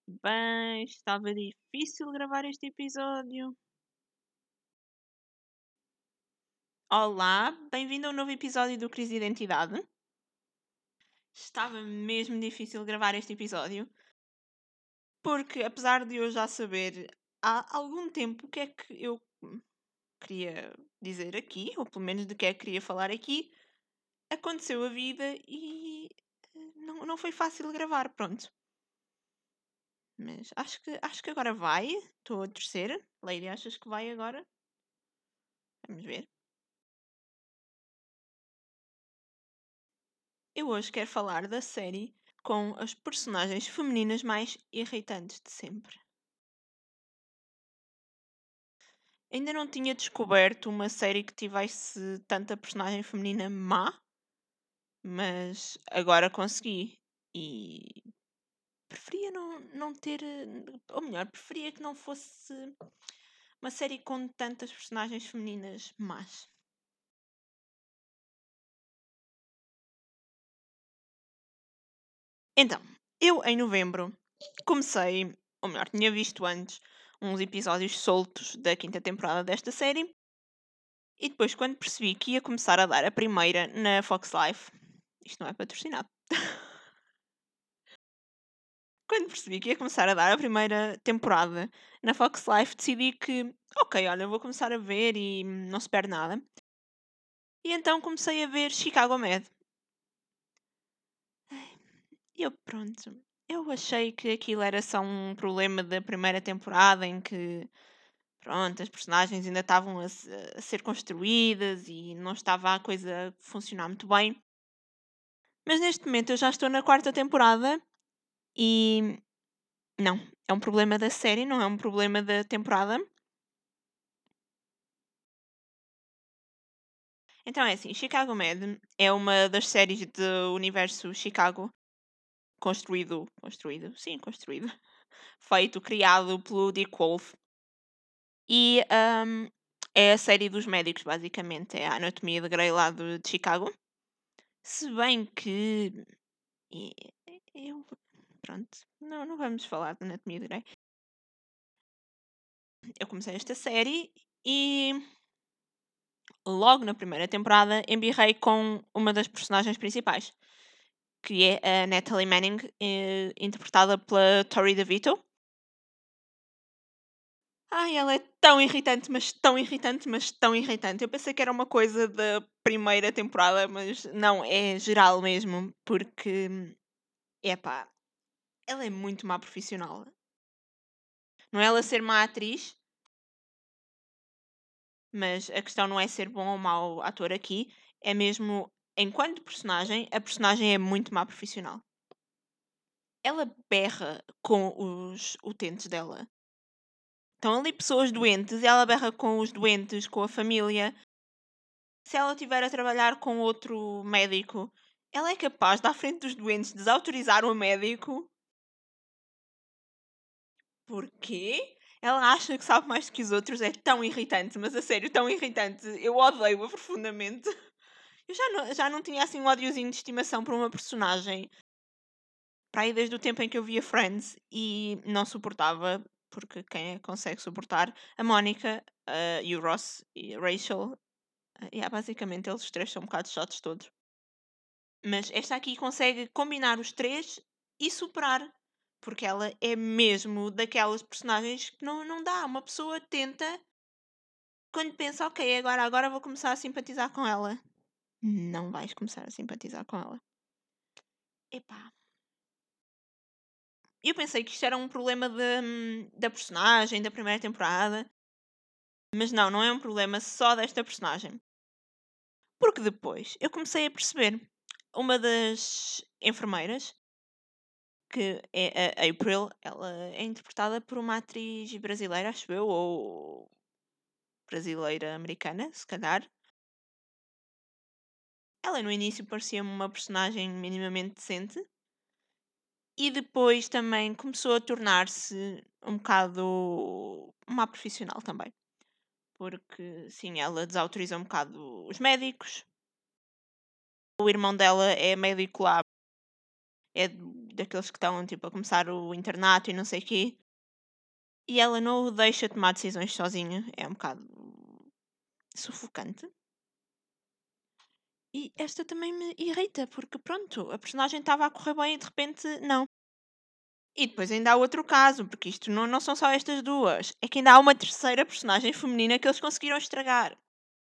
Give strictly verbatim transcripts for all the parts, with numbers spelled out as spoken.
Bem, estava difícil gravar este episódio. Olá, bem-vindo a um novo episódio do Crise de Identidade. Estava mesmo difícil gravar este episódio, porque apesar de eu já saber há algum tempo o que é que eu hum, queria dizer aqui, ou pelo menos de que é que queria falar aqui, aconteceu a vida e eh, não, não foi fácil gravar, pronto. Mas acho que, acho que agora vai. Estou a torcer. Lady, achas que vai agora? Vamos ver. Eu hoje quero falar da série com as personagens femininas mais irritantes de sempre. Ainda não tinha descoberto uma série que tivesse tanta personagem feminina má, mas agora consegui. E preferia não, não ter. eh, Ou melhor, preferia que não fosse uma série com tantas personagens femininas más. Então, eu em novembro comecei, ou melhor, tinha visto antes uns episódios soltos da quinta temporada desta série. E depois, quando percebi que ia começar a dar a primeira na Fox Life, isto não é patrocinado. Quando percebi que ia começar a dar a primeira temporada na Fox Life, decidi que, ok, olha, vou começar a ver e não se perde nada. E então comecei a ver Chicago Med. E eu, pronto, eu achei que aquilo era só um problema da primeira temporada em que, pronto, as personagens ainda estavam a, se- a ser construídas e não estava a coisa a funcionar muito bem. Mas neste momento eu já estou na quarta temporada e não, é um problema da série, não é um problema da temporada. Então é assim, Chicago Med é uma das séries do universo Chicago construído, construído, sim, construído, feito, criado pelo Dick Wolf. E ahm, é a série dos médicos, basicamente, é a Anatomia de Grey lá de, de Chicago. Se bem que e- eu, pronto, não, não vamos falar de Anatomia de Grey. Eu comecei esta série e logo na primeira temporada embirrei com uma das personagens principais, que é a Natalie Manning, eh, interpretada pela Tori DeVito. Ai, ela é tão irritante, mas tão irritante, mas tão irritante. Eu pensei que era uma coisa da primeira temporada, mas não, é geral mesmo, porque, epá, ela é muito má profissional. Não é ela ser má atriz, mas a questão não é ser bom ou mau ator aqui, é mesmo, enquanto personagem, a personagem é muito má profissional. Ela berra com os utentes dela. Estão ali pessoas doentes e ela berra com os doentes, com a família. Se ela estiver a trabalhar com outro médico, ela é capaz de, à frente dos doentes, desautorizar o médico. Porquê? Ela acha que sabe mais do que os outros. É tão irritante, mas a sério, tão irritante. Eu odeio-a profundamente. Eu já não, já não tinha assim um ódiozinho de estimação por uma personagem para aí desde o tempo em que eu via Friends e não suportava, porque quem é que consegue suportar? A Mónica, ah, e o Ross e a Rachel. Ah, yeah, basicamente eles os três são um bocado chatos todos. Mas esta aqui consegue combinar os três e superar. Porque ela é mesmo daquelas personagens que não, não dá. Uma pessoa tenta, quando pensa, ok, agora, agora vou começar a simpatizar com ela. Não vais começar a simpatizar com ela. Epá, eu pensei que isto era um problema de, hum, da personagem, da primeira temporada. Mas não, não é um problema só desta personagem. Porque depois eu comecei a perceber uma das enfermeiras, que é a April, ela é interpretada por uma atriz brasileira, acho eu, ou brasileira americana, se calhar. Ela no início parecia-me uma personagem minimamente decente e depois também começou a tornar-se um bocado má profissional também. Porque, sim, ela desautoriza um bocado os médicos. O irmão dela é médico lá, é daqueles que estão tipo a começar o internato e não sei o quê. E ela não o deixa tomar decisões sozinha. É um bocado sufocante. E esta também me irrita, porque pronto, a personagem estava a correr bem e de repente não. E depois ainda há outro caso, porque isto não, não são só estas duas. É que ainda há uma terceira personagem feminina que eles conseguiram estragar.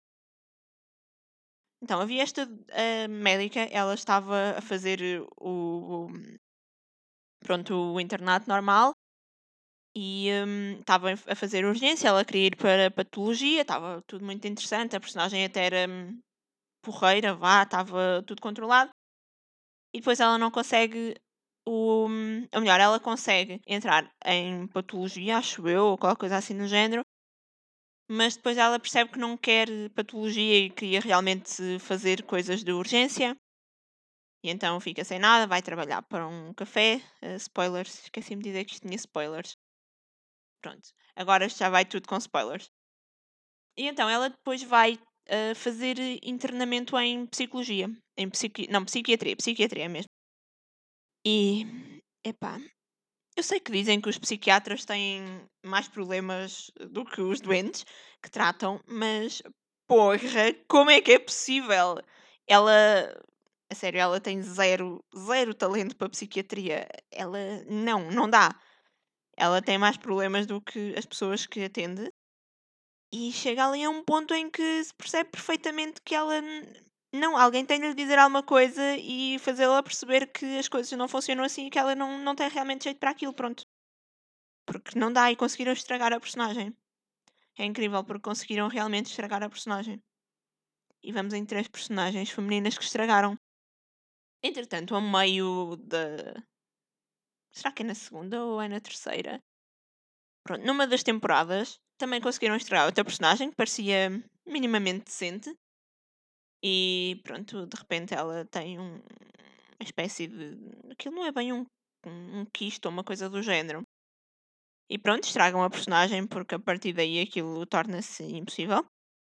Então, havia esta eh, médica, ela estava a fazer eh, o, o- pronto, o internato normal e hum, estava a fazer urgência, ela queria ir para patologia, estava tudo muito interessante, a personagem até era hum, porreira, vá, estava tudo controlado. E depois ela não consegue o hum, ou melhor, ela consegue entrar em patologia, acho eu, ou qualquer coisa assim no género, mas depois ela percebe que não quer patologia e queria realmente fazer coisas de urgência. E então fica sem nada, vai trabalhar para um café. eh, spoilers, esqueci-me de dizer que isto tinha spoilers. Pronto, agora isto já vai tudo com spoilers. E então ela depois vai eh, fazer internamento em psicologia. Em psiqui... Não, psiquiatria, psiquiatria mesmo. E, epá, eu sei que dizem que os psiquiatras têm mais problemas do que os doentes que tratam, mas porra, como é que é possível? Ela, a sério, ela tem zero, zero talento para psiquiatria. Ela não, não dá. Ela tem mais problemas do que as pessoas que atende e chega ali a um ponto em que se percebe perfeitamente que ela n- não, alguém tem de lhe dizer alguma coisa e fazê-la perceber que as coisas não funcionam assim e que ela não, não tem realmente jeito para aquilo, pronto. Porque não dá e conseguiram estragar a personagem. É incrível porque conseguiram realmente estragar a personagem. E vamos em três personagens femininas que estragaram. Entretanto, a meio da. Será que é na segunda ou é na terceira? Pronto, numa das temporadas também conseguiram estragar outra personagem que parecia minimamente decente. E pronto, de repente ela tem um, uma espécie de. Aquilo não é bem um, um, um quisto ou uma coisa do género. E pronto, estragam a personagem porque a partir daí aquilo torna-se impossível.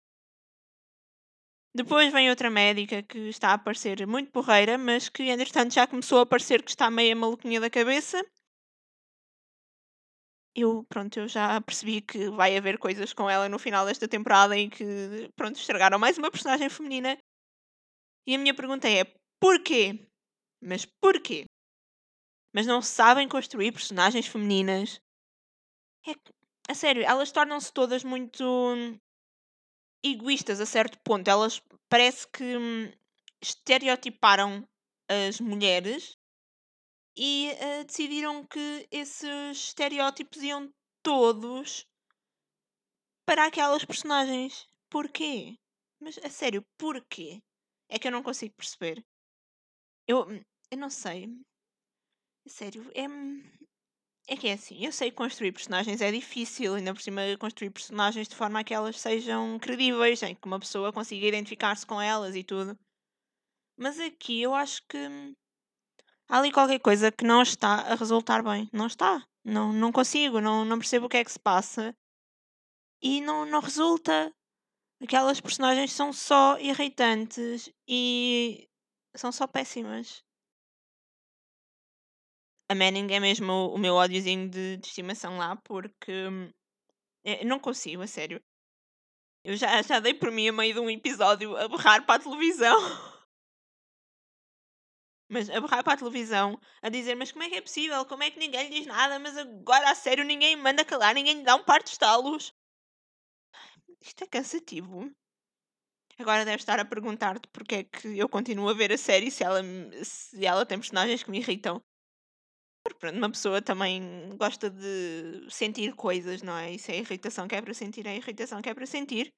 Depois vem outra médica que está a parecer muito porreira, mas que entretanto já começou a parecer que está meio maluquinha da cabeça. Eu, pronto, eu já percebi que vai haver coisas com ela no final desta temporada em que, pronto, estragaram mais uma personagem feminina. E a minha pergunta é: porquê? Mas porquê? Mas não sabem construir personagens femininas. É que, a sério, elas tornam-se todas muito hum, egoístas a certo ponto. Elas parece que hum, estereotiparam as mulheres e eh, decidiram que esses estereótipos iam todos para aquelas personagens. Porquê? Mas a sério, porquê? É que eu não consigo perceber. Eu, hum, eu não sei. A sério, é. hum, É que é assim, eu sei que construir personagens é difícil, ainda por cima construir personagens de forma a que elas sejam credíveis, em que uma pessoa consiga identificar-se com elas e tudo. Mas aqui eu acho que hum, há ali qualquer coisa que não está a resultar bem. Não está. Não, não consigo, não, não percebo o que é que se passa. E não, não resulta. Aquelas personagens são só irritantes e são só péssimas. A Manning é mesmo o o meu ódiozinho de, de estimação lá, porque hum, é- não consigo, a sério. Eu já, já dei por mim a meio de um episódio a berrar para a televisão. Mas a berrar para a televisão, a dizer: Mas como é que é possível? Como é que ninguém lhe diz nada? Mas agora a sério ninguém me manda calar, ninguém lhe dá um par de estalos. Isto é cansativo. Agora deve estar a perguntar-te porque é que eu continuo a ver a série se ela, me- se ela tem personagens que me irritam. Porque pronto, uma pessoa também gosta de sentir coisas, não é? Isso é a irritação que é para sentir, é a irritação que é para sentir.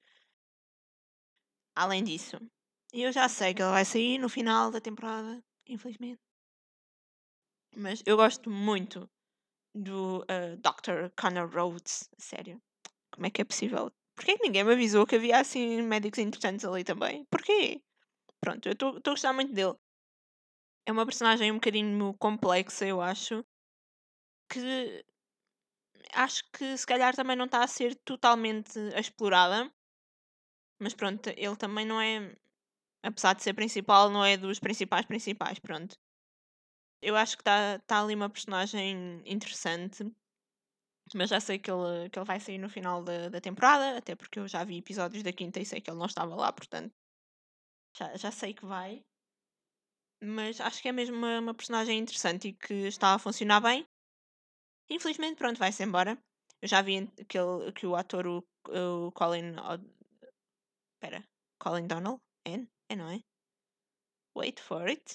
Além disso, eu já sei que ela vai sair no final da temporada, infelizmente. Mas eu gosto muito do uh, doutor Connor Rhodes, a sério. Como é que é possível? Porquê é que ninguém me avisou que havia assim médicos interessantes ali também? Porquê? Pronto, eu estou a gostar muito dele. É uma personagem um bocadinho complexa, eu acho. Que acho que se calhar também não está a ser totalmente explorada. Mas pronto, ele também não é, apesar de ser principal, não é dos principais principais, pronto. Eu acho que está tá ali uma personagem interessante, mas já sei que ele, que ele vai sair no final da, da temporada, até porque eu já vi episódios da quinta e sei que ele não estava lá, portanto já, já sei que vai. Mas acho que é mesmo uma, uma personagem interessante e que está a funcionar bem. Infelizmente, pronto, vai-se embora. Eu já vi que, ele, que o ator, o, o Colin. Od- Espera, Colin Donnell? É? É, não é? Wait for it.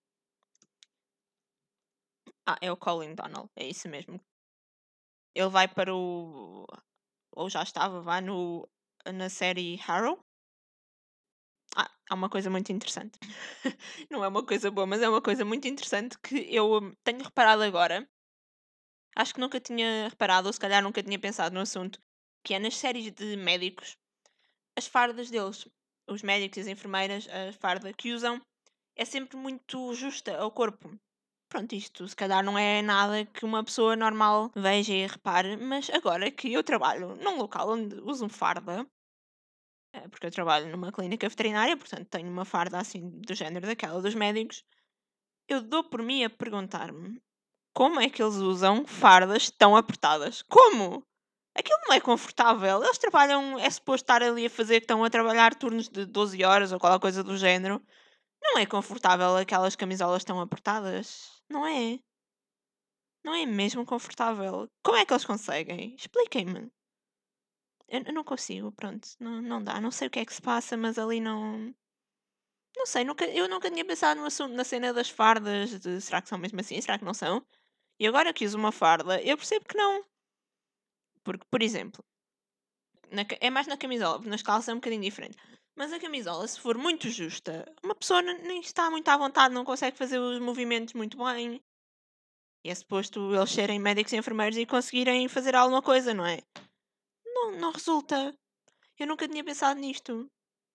Ah, é o Colin Donnell, é isso mesmo. Ele vai para o. Ou já estava, vá no, na série Harrow. Ah, há uma coisa muito interessante. Não é uma coisa boa, mas é uma coisa muito interessante que eu hum, tenho reparado agora. Acho que nunca tinha reparado, ou se calhar nunca tinha pensado no assunto, que é nas séries de médicos, as fardas deles, os médicos e as enfermeiras, a farda que usam é sempre muito justa ao corpo. Pronto, isto se calhar não é nada que uma pessoa normal veja e repare, mas agora que eu trabalho num local onde uso farda, eh, porque eu trabalho numa clínica veterinária, portanto tenho uma farda assim do género daquela dos médicos, eu dou por mim a perguntar-me como é que eles usam fardas tão apertadas? Como? Aquilo não é confortável. Eles trabalham, é suposto estar ali a fazer, estão a trabalhar turnos de doze horas ou qualquer coisa do género. Não é confortável aquelas camisolas tão apertadas. Não é. Não é mesmo confortável. Como é que eles conseguem? Expliquem-me. Eu, eu não consigo, pronto. Não, não dá. Não sei o que é que se passa, mas ali não. Não sei, nunca, eu nunca tinha pensado no assunto, na cena das fardas, de será que são mesmo assim, será que não são? E agora que uso uma farda, eu percebo que não. Porque, por exemplo, na ca- é mais na camisola, porque nas calças é um bocadinho diferente. Mas a camisola, se for muito justa, uma pessoa n- nem está muito à vontade, não consegue fazer os movimentos muito bem. E é suposto eles serem médicos e enfermeiros e conseguirem fazer alguma coisa, não é? Não, não resulta. Eu nunca tinha pensado nisto.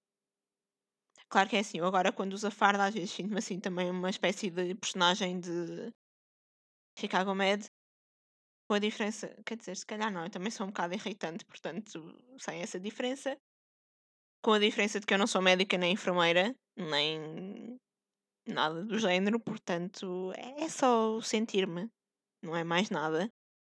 Claro que é assim, eu agora quando uso a farda, às vezes sinto-me assim também uma espécie de personagem de Chicago Med. Com a diferença, quer dizer, se calhar não, eu também sou um bocado irritante, portanto, sem essa diferença. Com a diferença de que eu não sou médica nem enfermeira, nem nada do género, portanto, é, é só o sentir-me, não é mais nada.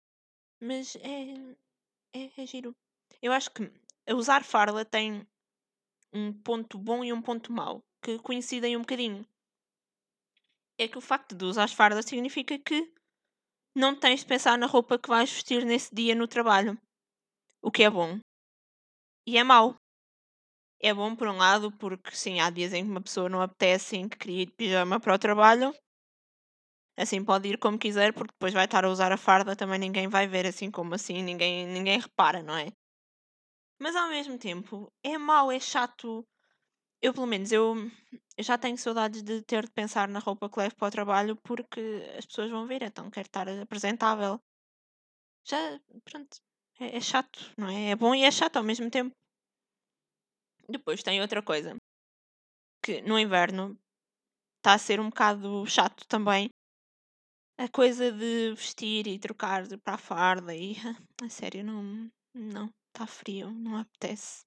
Mas é, é, é giro. Eu acho que usar farda tem um ponto bom e um ponto mau, que coincidem um bocadinho. É que o facto de usar farda significa que não tens de pensar na roupa que vais vestir nesse dia no trabalho, o que é bom. E é mau. É bom por um lado, porque sim, há dias em que uma pessoa não apetece, em que queria ir de pijama para o trabalho. Assim pode ir como quiser, porque depois vai estar a usar a farda, também ninguém vai ver, assim como assim, ninguém, ninguém repara, não é? Mas ao mesmo tempo, é mau, é chato. Eu, pelo menos, eu, eu já tenho saudades de ter de pensar na roupa que levo para o trabalho, porque as pessoas vão ver, então quero estar apresentável. Já, pronto, é, é chato, não é? É bom e é chato ao mesmo tempo. Depois tem outra coisa, que no inverno está a ser um bocado chato também. A coisa de vestir e trocar de para a farda e a sério, não, não, está frio, não apetece.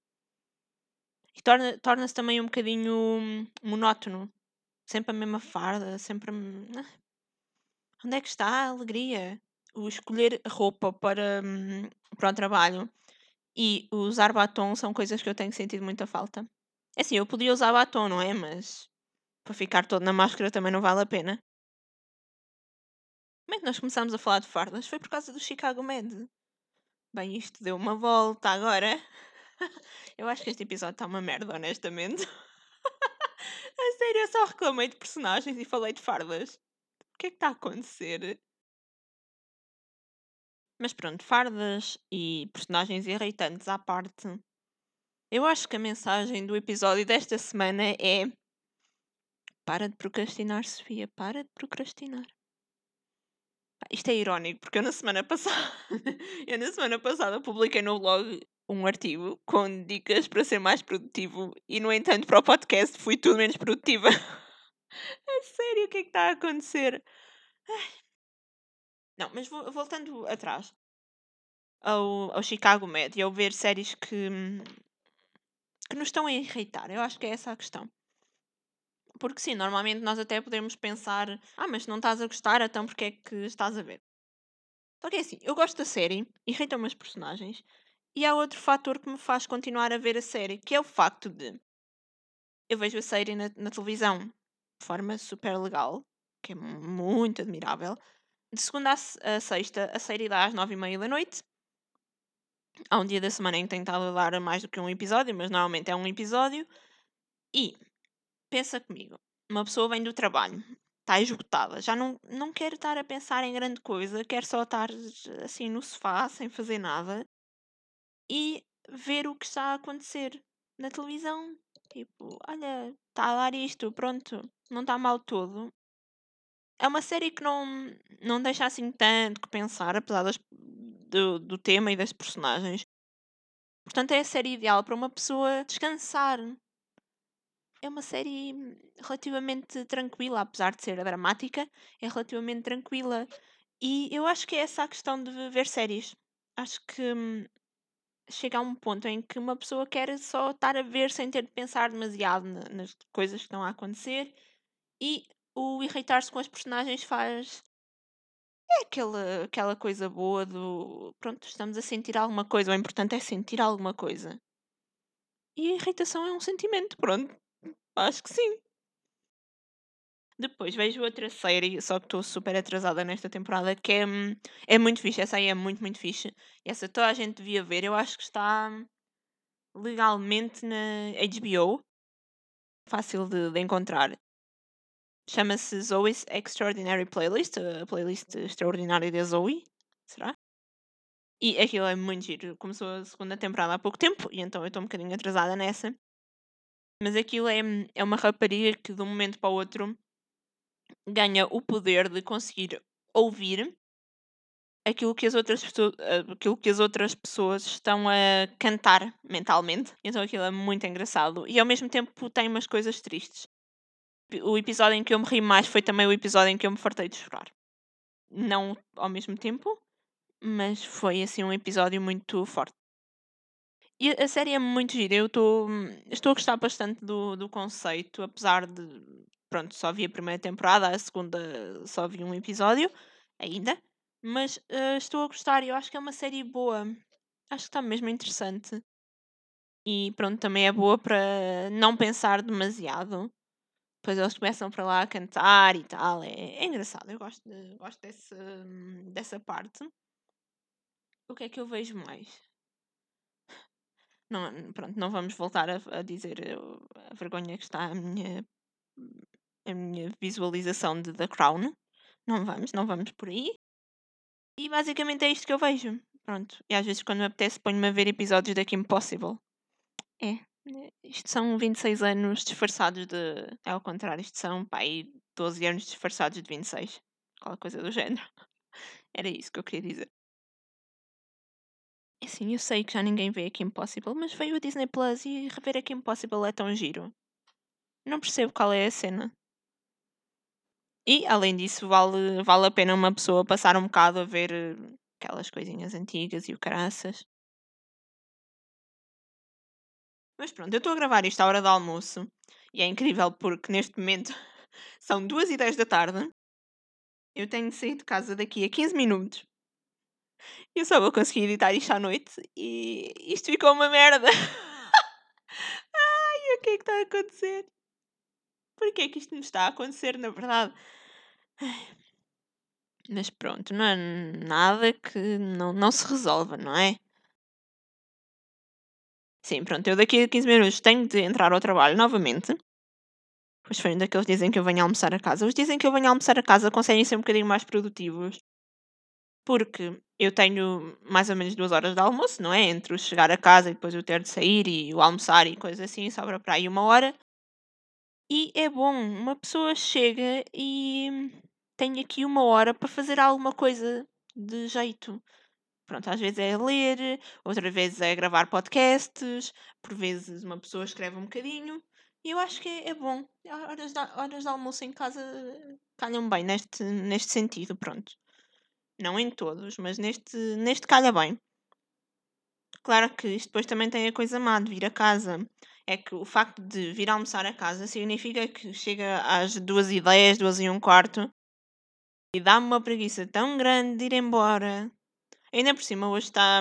E torna, torna-se também um bocadinho hum, monótono. Sempre a mesma farda, sempre a m- ah, onde é que está a alegria? O escolher roupa para, hum, para o trabalho e usar batom são coisas que eu tenho sentido muita falta. É assim, eu podia usar batom, não é? Mas para ficar todo na máscara também não vale a pena. Como é que nós começámos a falar de fardas? Foi por causa do Chicago Med. Bem, isto deu uma volta agora. Eu acho que este episódio está uma merda, honestamente. A sério, eu só reclamei de personagens e falei de fardas. O que é que está a acontecer? Mas pronto, fardas e personagens irritantes à parte. Eu acho que a mensagem do episódio desta semana é: para de procrastinar, Sofia, para de procrastinar. Pá, isto é irónico, porque eu na semana passada, eu na semana passada publiquei no blog um artigo com dicas para ser mais produtivo e, no entanto, para o podcast fui tudo menos produtiva. A sério, o que é que está a acontecer? Não, mas vo- voltando atrás ao, ao Chicago Med e ao ver séries que, hum, que nos estão a irritar, eu acho que é essa a questão. Porque sim, normalmente nós até podemos pensar: "Ah, mas se não estás a gostar, então porque é que estás a ver?". Só que é assim, eu gosto da série, irritam-me os personagens, e há outro fator que me faz continuar a ver a série, que é o facto de eu vejo a série na, na televisão de forma super legal, que é muito admirável. De segunda a, se- a sexta, a série dá às nove e meia da noite. Há um dia da semana em que tem estado a dar mais do que um episódio, mas normalmente é um episódio. E pensa comigo, uma pessoa vem do trabalho, está esgotada, já não, não quer estar a pensar em grande coisa, quer só estar assim no sofá, sem fazer nada, e ver o que está a acontecer na televisão. Tipo, olha, está a dar isto, pronto, não está mal todo. É uma série que não, não deixa assim tanto que pensar, apesar das- do, do tema e das personagens. Portanto, é a série ideal para uma pessoa descansar. É uma série hum, relativamente tranquila, apesar de ser dramática, é relativamente tranquila. E eu acho que é essa a questão de ver séries. Acho que hum, chega a um ponto em que uma pessoa quer só estar a ver sem ter de pensar demasiado na- nas coisas que estão a acontecer, e o irritar-se com as personagens faz. É aquela, aquela coisa boa do. Pronto, estamos a sentir alguma coisa, o importante é sentir alguma coisa. E a irritação é um sentimento, pronto. Acho que sim. Depois vejo outra série, só que estou super atrasada nesta temporada, que é, hum, é muito fixe. Essa aí é muito, muito fixe. E essa toda a gente devia ver. Eu acho que está legalmente na H B O. Fácil de, de encontrar. Chama-se Zoe's Extraordinary Playlist, a playlist extraordinária da Zoe. Será? E aquilo é muito giro. Começou a segunda temporada há pouco tempo, e então eu estou um bocadinho atrasada nessa. Mas aquilo é, é uma rapariga que de um momento para o outro ganha o poder de conseguir ouvir aquilo que as outras pessoas, aquilo que as outras pessoas estão a cantar mentalmente. Então aquilo é muito engraçado. E ao mesmo tempo tem umas coisas tristes. O episódio em que eu me ri mais foi também o episódio em que eu me fartei de chorar. Não ao mesmo tempo, mas foi assim um episódio muito forte. E a a série é muito gira. Eu estou estou a gostar bastante do, do conceito, apesar de. Pronto, só vi a primeira temporada, a segunda só vi um episódio ainda. Mas eh, estou a gostar e eu acho que é uma série boa. Acho que está mesmo interessante. E pronto, também é boa para não pensar demasiado. Depois eles começam para lá a cantar e tal. É, é engraçado. Eu gosto, de- gosto desse, dessa parte. O que é que eu vejo mais? Não, pronto, não vamos voltar a, a dizer eh, o- a vergonha que está a minha, a minha visualização de The Crown. Não vamos, não vamos por aí. E basicamente é isto que eu vejo. Pronto. E às vezes quando me apetece ponho-me a ver episódios da Kim Possible. É. eh, Isto são vinte e seis anos disfarçados de. É ao contrário, isto são, pá, aí doze anos disfarçados de vinte e seis. Qualquer coisa do género. Era isso que eu queria dizer. É assim, eu sei que já ninguém vê a Kim Possible, mas veio a Disney Plus e rever a Kim Possible é tão giro. Não percebo qual é a cena. E, além disso, vale, vale a pena uma pessoa passar um bocado a ver eh, aquelas coisinhas antigas e o caraças. Mas pronto, eu estou a gravar isto à hora do almoço e é incrível porque neste momento são duas e dez da tarde. Eu tenho de sair de casa daqui a quinze minutos. Eu só vou conseguir editar isto à noite e isto ficou uma merda. Ai, o que é que está a acontecer? Porquê é que isto me está a acontecer, na verdade? Mas pronto, não é nada que não, não se resolva, não é? Sim, pronto, eu daqui a quinze minutos tenho de entrar ao trabalho novamente. Pois foi um daqueles dizem que eu venho almoçar a casa. Os dizem que eu venho almoçar a casa conseguem ser um bocadinho mais produtivos. Porque eu tenho mais ou menos duas horas de almoço, não é? Entre o chegar a casa e depois eu ter de sair e o almoçar e coisas assim, sobra para aí uma hora. E é bom, uma pessoa chega e tem aqui uma hora para fazer alguma coisa de jeito. Pronto, às vezes é ler, outras vezes é gravar podcasts, por vezes uma pessoa escreve um bocadinho. E eu acho que é, é bom. Horas de, horas de almoço em casa calham bem neste, neste sentido, pronto. Não em todos, mas neste, neste calha bem. Claro que isto depois também tem a coisa má de vir a casa é que o facto de vir almoçar a casa significa que chega às duas e dez, duas e um quarto e dá-me uma preguiça tão grande de ir embora. Ainda por cima, hoje está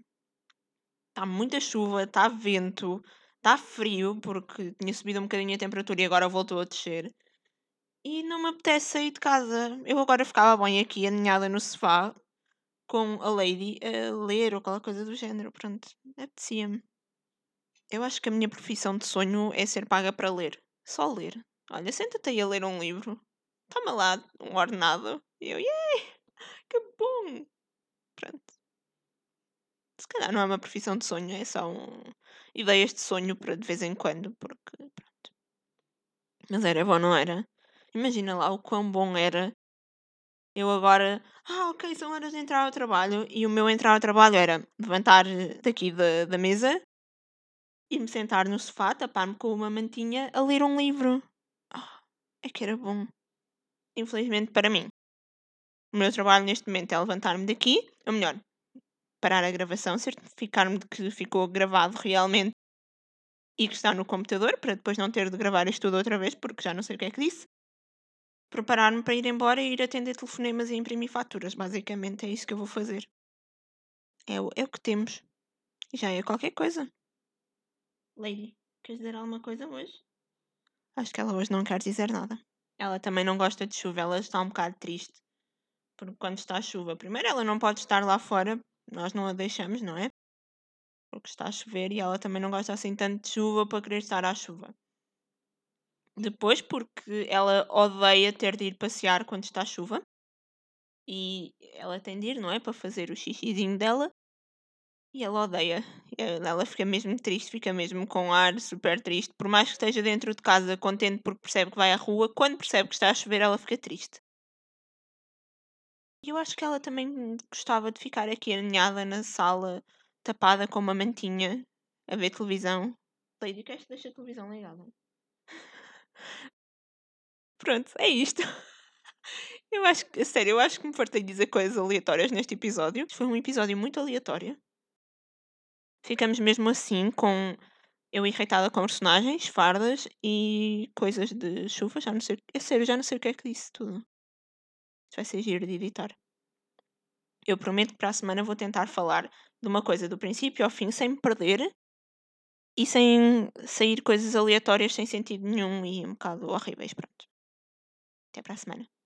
tá muita chuva, está vento, está frio, porque tinha subido um bocadinho a temperatura e agora voltou a descer. E não me apetece sair de casa. Eu agora ficava bem aqui, aninhada no sofá, com a Lady, a ler ou qualquer coisa do género. Pronto, apetecia-me. Eu acho que a minha profissão de sonho é ser paga para ler. Só ler. Olha, senta-te aí a ler um livro. Toma lá um ordenado. E eu, yeah, que bom. Pronto. Se calhar não é uma profissão de sonho, é só um... ideias de sonho para de vez em quando, porque pronto. Mas era bom, não era? Imagina lá o quão bom era eu agora, ah, ok, são horas de entrar ao trabalho. E o meu entrar ao trabalho era levantar daqui da, da mesa e me sentar no sofá, tapar-me com uma mantinha a ler um livro. Ah, é que era bom. Infelizmente para mim. O meu trabalho neste momento é levantar-me daqui, ou melhor, parar a gravação, certificar-me de que ficou gravado realmente e que está no computador, para depois não ter de gravar isto tudo outra vez, porque já não sei o que é que disse. Preparar-me para ir embora e ir atender telefonemas e imprimir faturas. Basicamente é isso que eu vou fazer. É o, é o que temos. Já é qualquer coisa. Lady, queres dizer alguma coisa hoje? Acho que ela hoje não quer dizer nada. Ela também não gosta de chuva, ela está um bocado triste. Porque quando está a chuva, primeiro ela não pode estar lá fora, nós não a deixamos, não é? Porque está a chover e ela também não gosta assim tanto de chuva para querer estar à chuva. Depois, porque ela odeia ter de ir passear quando está chuva. E ela tem de ir, não é? Para fazer o xixizinho dela. E ela odeia. Ela fica mesmo triste, fica mesmo com ar super triste. Por mais que esteja dentro de casa contente porque percebe que vai à rua, quando percebe que está a chover, ela fica triste. E eu acho que ela também gostava de ficar aqui aninhada na sala, tapada com uma mantinha, a ver televisão. Lady, queres que deixe a televisão ligada? Pronto, é isto. Eu acho que, a sério, eu acho que me fartei de dizer coisas aleatórias neste episódio. Foi um episódio muito aleatório. Ficamos mesmo assim com eu irritada com personagens, fardas e coisas de chuva. Já não sei. É sério, já não sei o que é que disse tudo. Isto vai ser giro de editar. Eu prometo que para a semana vou tentar falar de uma coisa do princípio ao fim sem me perder e sem sair coisas aleatórias sem sentido nenhum e um bocado horríveis. Pronto. Até para a semana.